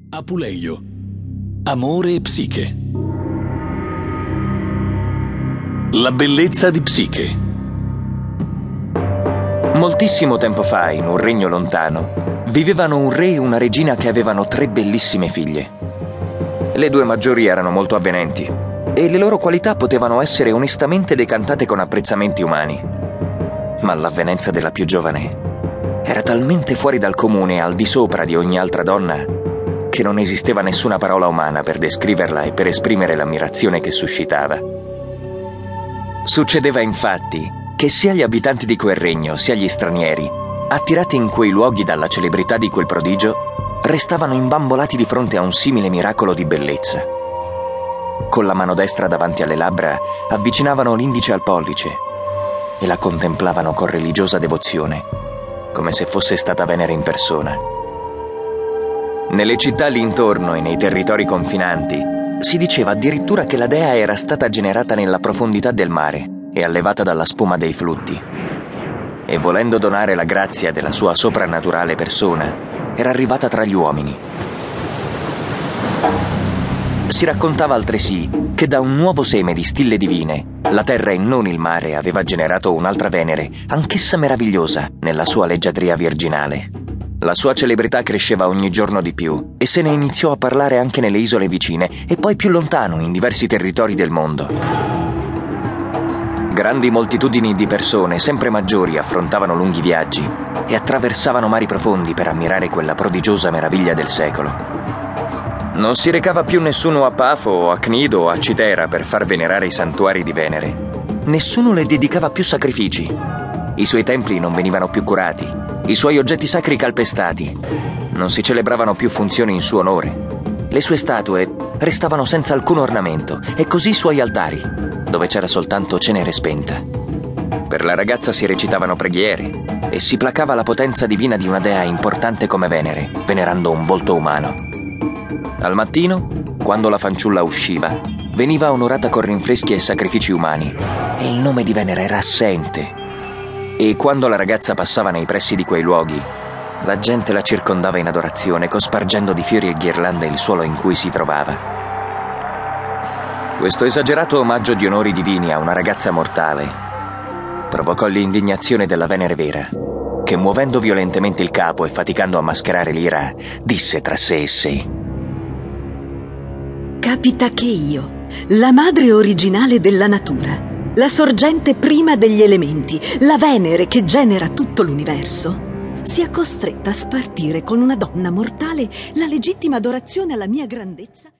Apuleio. Amore e psiche. La bellezza di Psiche. Moltissimo tempo fa, in un regno lontano, vivevano un re e una regina che avevano 3 bellissime figlie. Le 2 maggiori erano molto avvenenti e le loro qualità potevano essere onestamente decantate con apprezzamenti umani. Ma l'avvenenza della più giovane era talmente fuori dal comune e al di sopra di ogni altra donna che non esisteva nessuna parola umana per descriverla e per esprimere l'ammirazione che suscitava. Succedeva infatti che sia gli abitanti di quel regno sia gli stranieri, attirati in quei luoghi dalla celebrità di quel prodigio, restavano imbambolati di fronte a un simile miracolo di bellezza. Con la mano destra davanti alle labbra avvicinavano l'indice al pollice e la contemplavano con religiosa devozione, come se fosse stata Venere in persona. Nelle città lì intorno e nei territori confinanti si diceva addirittura che la dea era stata generata nella profondità del mare e allevata dalla spuma dei flutti. E volendo donare la grazia della sua soprannaturale persona, era arrivata tra gli uomini. Si raccontava altresì che da un nuovo seme di stille divine, la terra e non il mare aveva generato un'altra Venere, anch'essa meravigliosa nella sua leggiadria virginale. La sua celebrità cresceva ogni giorno di più e se ne iniziò a parlare anche nelle isole vicine e poi più lontano in diversi territori del mondo. Grandi moltitudini di persone, sempre maggiori, affrontavano lunghi viaggi e attraversavano mari profondi per ammirare quella prodigiosa meraviglia del secolo. Non si recava più nessuno a Pafo o a Cnido o a Citera per far venerare i santuari di Venere. Nessuno le dedicava più sacrifici. I suoi templi non venivano più curati, i suoi oggetti sacri calpestati. Non si celebravano più funzioni in suo onore. Le sue statue restavano senza alcun ornamento e così i suoi altari, dove c'era soltanto cenere spenta. Per la ragazza si recitavano preghiere e si placava la potenza divina di una dea importante come Venere, venerando un volto umano. Al mattino, quando la fanciulla usciva, veniva onorata con rinfreschi e sacrifici umani e il nome di Venere era assente. E quando la ragazza passava nei pressi di quei luoghi, la gente la circondava in adorazione, cospargendo di fiori e ghirlande il suolo in cui si trovava. Questo esagerato omaggio di onori divini a una ragazza mortale provocò l'indignazione della Venere vera, che muovendo violentemente il capo e faticando a mascherare l'ira, disse tra sé e sé: «Capita che io, la madre originale della natura, la sorgente prima degli elementi, la Venere che genera tutto l'universo, sia costretta a spartire con una donna mortale la legittima adorazione alla mia grandezza».